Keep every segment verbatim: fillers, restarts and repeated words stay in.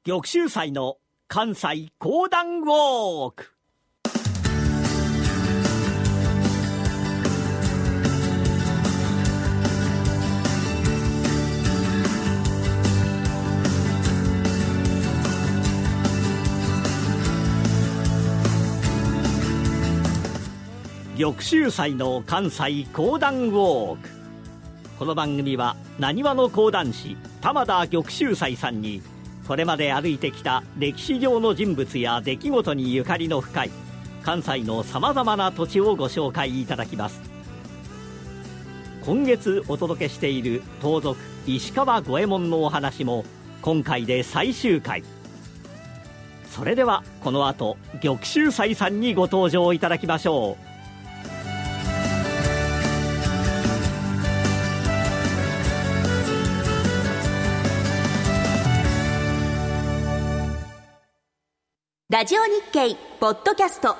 玉秀斎の関西講談ウォーク。玉秀斎の関西講談ウォーク。この番組はなにわの講談師玉田玉秀斎さんに、これまで歩いてきた歴史上の人物や出来事にゆかりの深い関西のさまざまな土地をご紹介いただきます。今月お届けしている盗賊石川五右衛門のお話も今回で最終回。それではこの後玉秀斎さんにご登場いただきましょう。 ラジオ日経ポッドキャスト、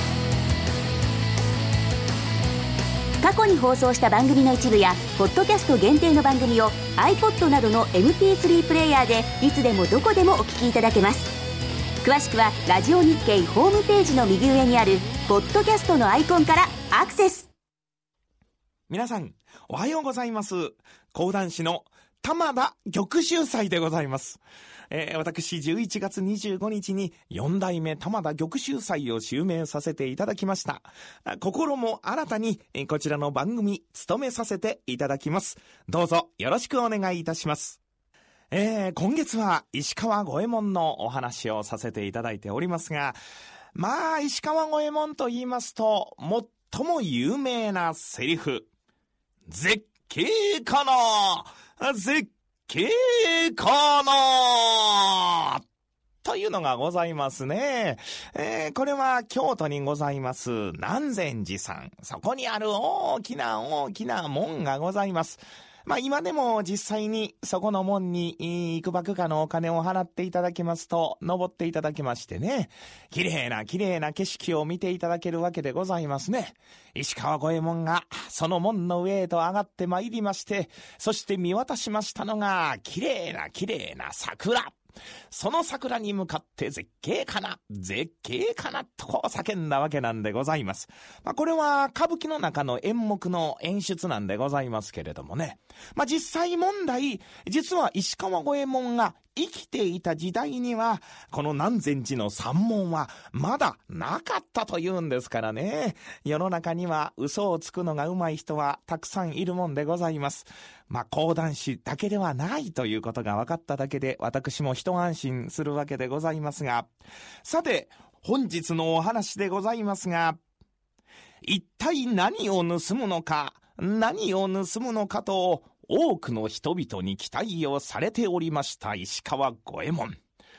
過去に放送した番組の一部やポッドキャスト限定の番組を iPod などの エムピースリー プレイヤーでいつでもどこでもお聞きいただけます。詳しくはラジオ日経ホームページの右上にあるポッドキャストのアイコンからアクセス。 皆さんおはようございます。講談師の玉田玉秀斎でございます。えー、私じゅういちがつにじゅうごにちによん代目玉田玉秀斎を襲名させていただきました。心も新たにこちらの番組務めさせていただきます。どうぞよろしくお願いいたします。えー、今月は石川五右衛門のお話をさせていただいておりますが、まあ石川五右衛門と言いますと最も有名なセリフ、絶景かな絶景かなというのがございますね。えー、これは京都にございます南禅寺さん、そこにある大きな大きな門がございます。まあ今でも実際にそこの門にいくばくかのお金を払っていただきますと登っていただきましてね、綺麗な綺麗な景色を見ていただけるわけでございますね。石川五右衛門がその門の上へと上がってまいりまして、そして見渡しましたのが綺麗な綺麗な桜。その桜に向かって絶景かな絶景かなとこう叫んだわけなんでございます。まあ、これは歌舞伎の中の演目の演出なんでございますけれどもね、まあ、実際問題、実は石川五右衛門が生きていた時代にはこの南禅寺の山門はまだなかったというんですからね。世の中には嘘をつくのがうまい人はたくさんいるもんでございます。まあ講談師だけではないということが分かっただけで私も一安心するわけでございますが、さて本日のお話でございますが、一体何を盗むのか何を盗むのかと多くの人々に期待をされておりました石川五右衛門。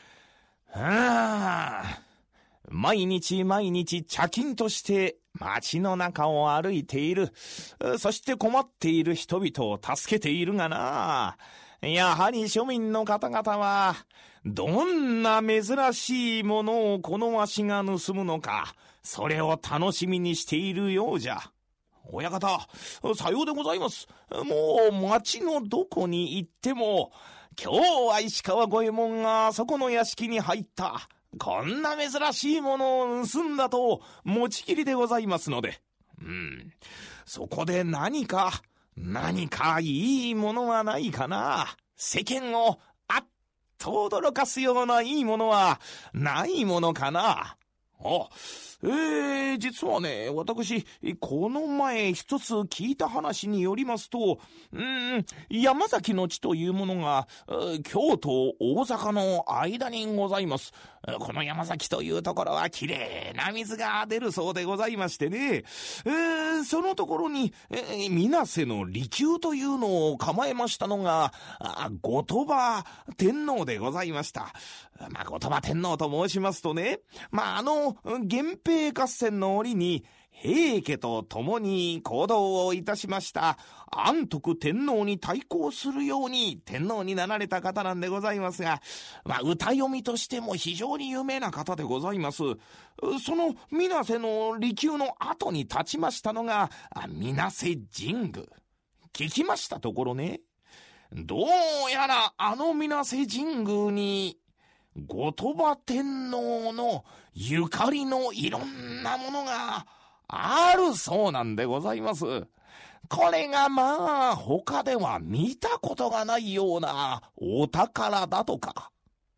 はあ、毎日毎日茶金として街の中を歩いている。そして困っている人々を助けているがな、やはり庶民の方々はどんな珍しいものをこのわしが盗むのか、それを楽しみにしているようじゃ。親方、さようでございます。もう町のどこに行っても今日は石川五右衛門がそこの屋敷に入った、こんな珍しいものを盗んだと持ちきりでございますので、うん、そこで何か何かいいものはないかな。世間をあっと驚かすようないいものはないものかな。あ、えー、実はね、私この前一つ聞いた話によりますと、うーん、山崎の地というものが京都大阪の間にございます。この山崎というところはきれいな水が出るそうでございましてね、えー、そのところに、えー、水瀬の離宮というのを構えましたのが後鳥羽天皇でございました。まあ後鳥羽天皇と申しますとね、まああの源平合戦の折に平家と共に行動をいたしました安徳天皇に対抗するように天皇になられた方なんでございますが、まあ、歌読みとしても非常に有名な方でございます。その水瀬の離宮の後に立ちましたのが水瀬神宮。聞きましたところね、どうやらあの水瀬神宮に後鳥羽天皇のゆかりのいろんなものがあるそうなんでございます。これがまあ他では見たことがないようなお宝だとか。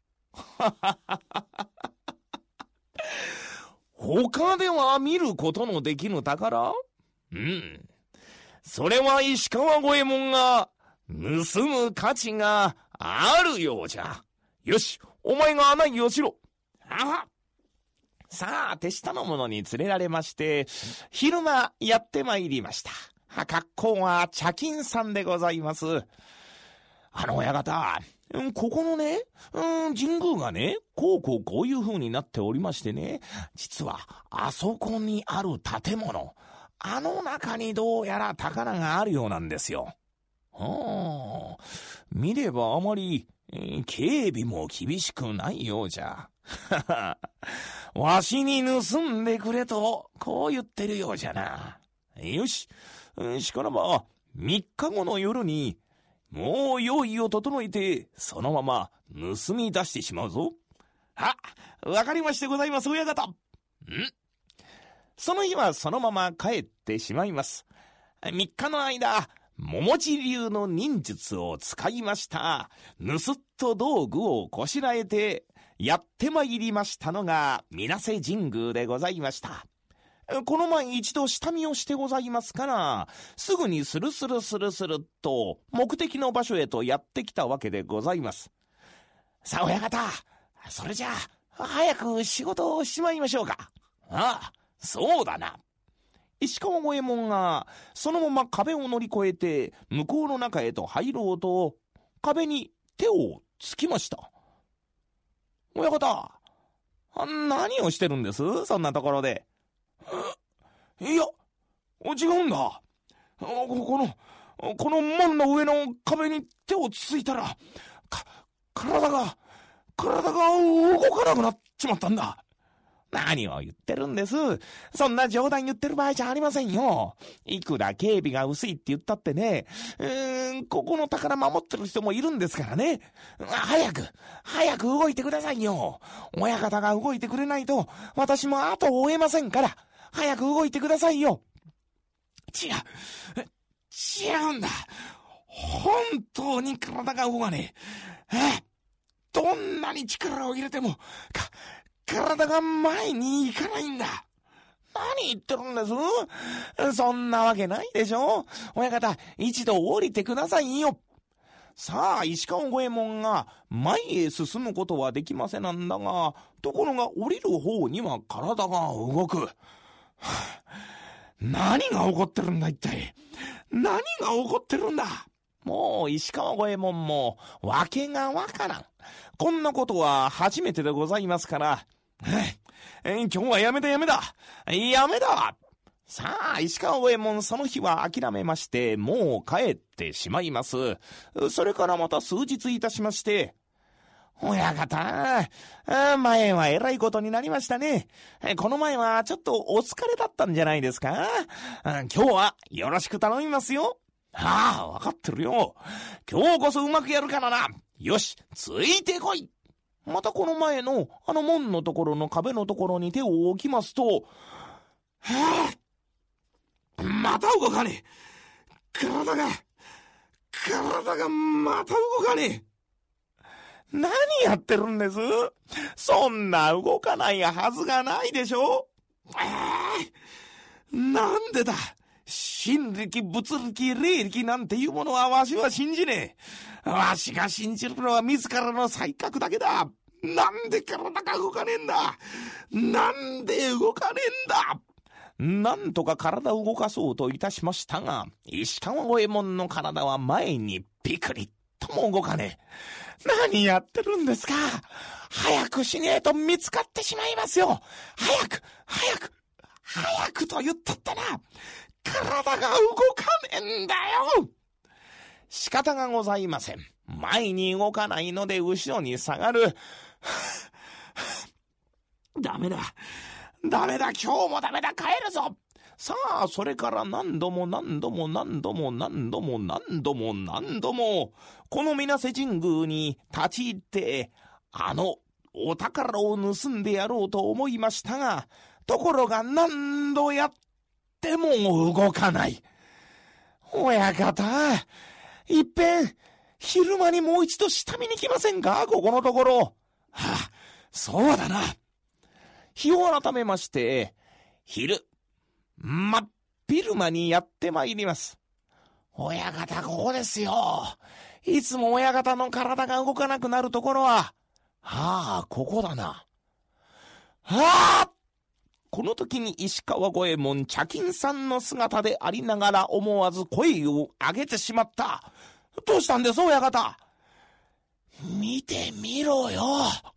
他では見ることのできぬ宝？うん。それは石川五右衛門が盗む価値があるようじゃ。よし、お前が案内をしろ。ああ。さあ、手下の者に連れられまして、昼間やってまいりました。格好は茶金さんでございます。あの親方、ここのね、うん、神宮がね、こうこうこういう風になっておりましてね、実はあそこにある建物、あの中にどうやら宝があるようなんですよ。はあ、見ればあまり、えー、警備も厳しくないようじゃ。わしに盗んでくれと、こう言ってるようじゃな。よし、しからば、三日後の夜に、もう用意を整えて、そのまま盗み出してしまうぞ。は、わかりましてございます、親方。ん？その日はそのまま帰ってしまいます。三日の間、桃地流の忍術を使いました。盗っ人道具をこしらえて、やってまいりましたのが、水瀬神宮でございました。この前一度下見をしてございますから、すぐにスルスルスルスルっと目的の場所へとやってきたわけでございます。さあ親方、それじゃあ早く仕事をしまいましょうか。ああ、そうだな。石川五右衛門がそのまま壁を乗り越えて向こうの中へと入ろうと、壁に手をつきました。親方、何をしてるんです？そんなところで。いや、違うんだ。この、この門の上の壁に手をつついたら、か、体が、体が動かなくなっちまったんだ。何を言ってるんです。そんな冗談言ってる場合じゃありませんよ。いくら警備が薄いって言ったってね、うーん、ここの宝守ってる人もいるんですからね。早く、早く動いてくださいよ。親方が動いてくれないと、私も後を追えませんから。早く動いてくださいよ。違う。違うんだ。本当に体が動かねえ。えどんなに力を入れても、か、体が前に行かないんだ。何言ってるんです？そんなわけないでしょ。親方、一度降りてくださいよ。さあ、石川五右衛門が前へ進むことはできませんなんだが、ところが降りる方には体が動く。何が起こってるんだ一体。何が起こってるんだ。もう石川五右衛門も訳がわからん。こんなことは初めてでございますから、えー、今日はやめだやめだやめだ。さあ、石川五右衛門その日は諦めまして、もう帰ってしまいます。それからまた数日いたしまして、親方、前はえらいことになりましたね。この前はちょっとお疲れだったんじゃないですか。今日はよろしく頼みますよ。ああ、わかってるよ。今日こそうまくやるからな。よし、ついてこい。またこの前のあの門のところの壁のところに手を置きますと、はあ、また動かねえ。体が、体がまた動かねえ。何やってるんです？そんな動かないはずがないでしょ。えー、なんでだ。心力、物力、霊力なんていうものはわしは信じねえ。わしが信じるのは自らの才覚だけだ。なんで体が動かねえんだ。なんで動かねえんだ。なんとか体を動かそうといたしましたが、石川五右衛門の体は前にピクリッとも動かねえ。何やってるんですか。早くしねえと見つかってしまいますよ。早く、早く、早くと言ったってな。体が動かねえんだよ。仕方がございません。前に動かないので後ろに下がる。ダメだ。ダメだ。今日もダメだ。帰るぞ。さあ、それから何度も何度も何度も何度も何度も何度も、この水瀬神宮に立ち入って、あのお宝を盗んでやろうと思いましたが、ところが何度やっても動かない。親方、いっぺん昼間にもう一度下見に来ませんか、ここのところ。はあ、そうだな。日を改めまして、昼、真っ昼間にやってまいります。親方、ここですよ。いつも親方の体が動かなくなるところは、はあ、ここだな。はあ、この時に石川五右衛門茶金さんの姿でありながら思わず声を上げてしまった。どうしたんです、親方。見てみろよ。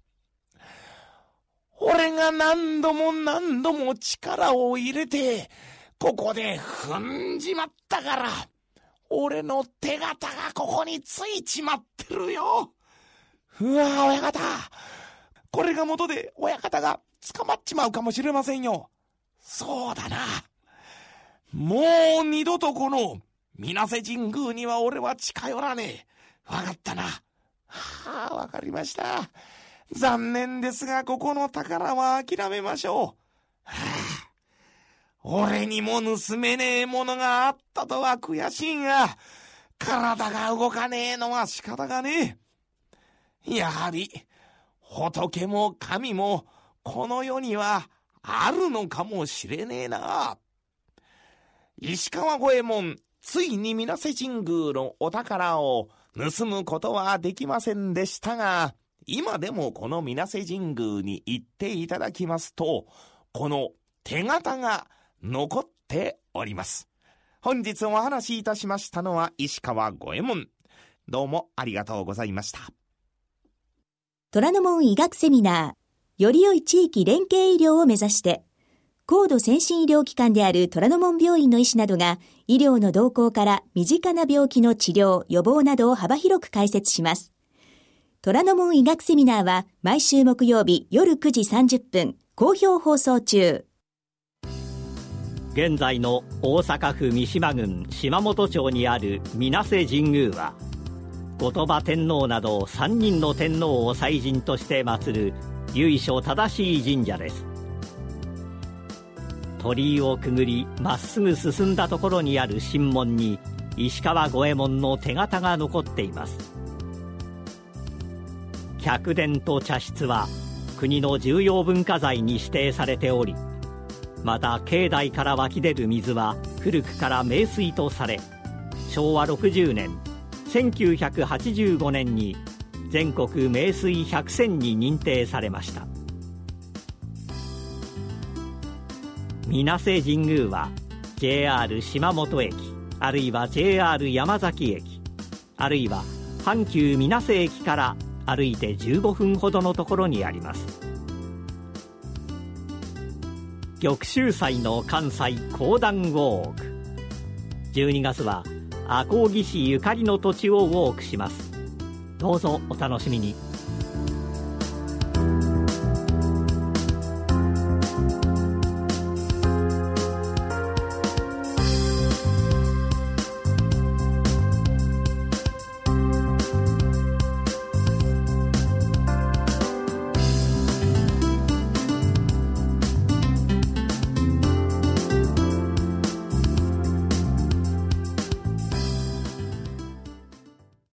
俺が何度も何度も力を入れて、ここで踏んじまったから、俺の手形がここについちまってるよ。うわ、親方。これが元で親方が捕まっちまうかもしれませんよ。そうだな。もう二度とこの水瀬神宮には俺は近寄らねえ。わかったな。はあ、わかりました。残念ですが、ここの宝は諦めましょう。はあ、俺にも盗めねえものがあったとは悔しいが、体が動かねえのは仕方がねえ。やはり、仏も神もこの世にはあるのかもしれねえな。石川五右衛門、ついに水瀬神宮のお宝を盗むことはできませんでしたが、今でもこの水瀬神宮に行っていただきますと、この手形が残っております。本日お話しいたしましたのは石川五右衛門。どうもありがとうございました。 虎ノ門医学セミナー、より良い地域連携医療を目指して、高度先進医療機関である虎ノ門病院の医師などが、医療の動向から身近な病気の治療、予防などを幅広く解説します。虎ノ門医学セミナーは毎週木曜日夜くじさんじゅっぷん、好評放送中。 現在の大阪府三島郡島本町にある水瀬神宮は、後鳥羽天皇などさんにんの天皇を祭神として祀る由緒正しい神社です。鳥居をくぐりまっすぐ進んだところにある神門に石川五右衛門の手形が残っています。客殿と茶室は国の重要文化財に指定されており、また境内から湧き出る水は古くから名水とされ、しょうわろくじゅうねんせんきゅうひゃくはちじゅうごねんに全国名水百選に認定されました。水瀬神宮は ジェイアール 島本駅、あるいは ジェイアール 山崎駅、あるいは阪急水瀬駅から歩いてじゅうごふんほどのところにあります。玉州祭の関西講談ウォーク、じゅうにがつは赤穂義士ゆかりの土地をウォークします。どうぞお楽しみに。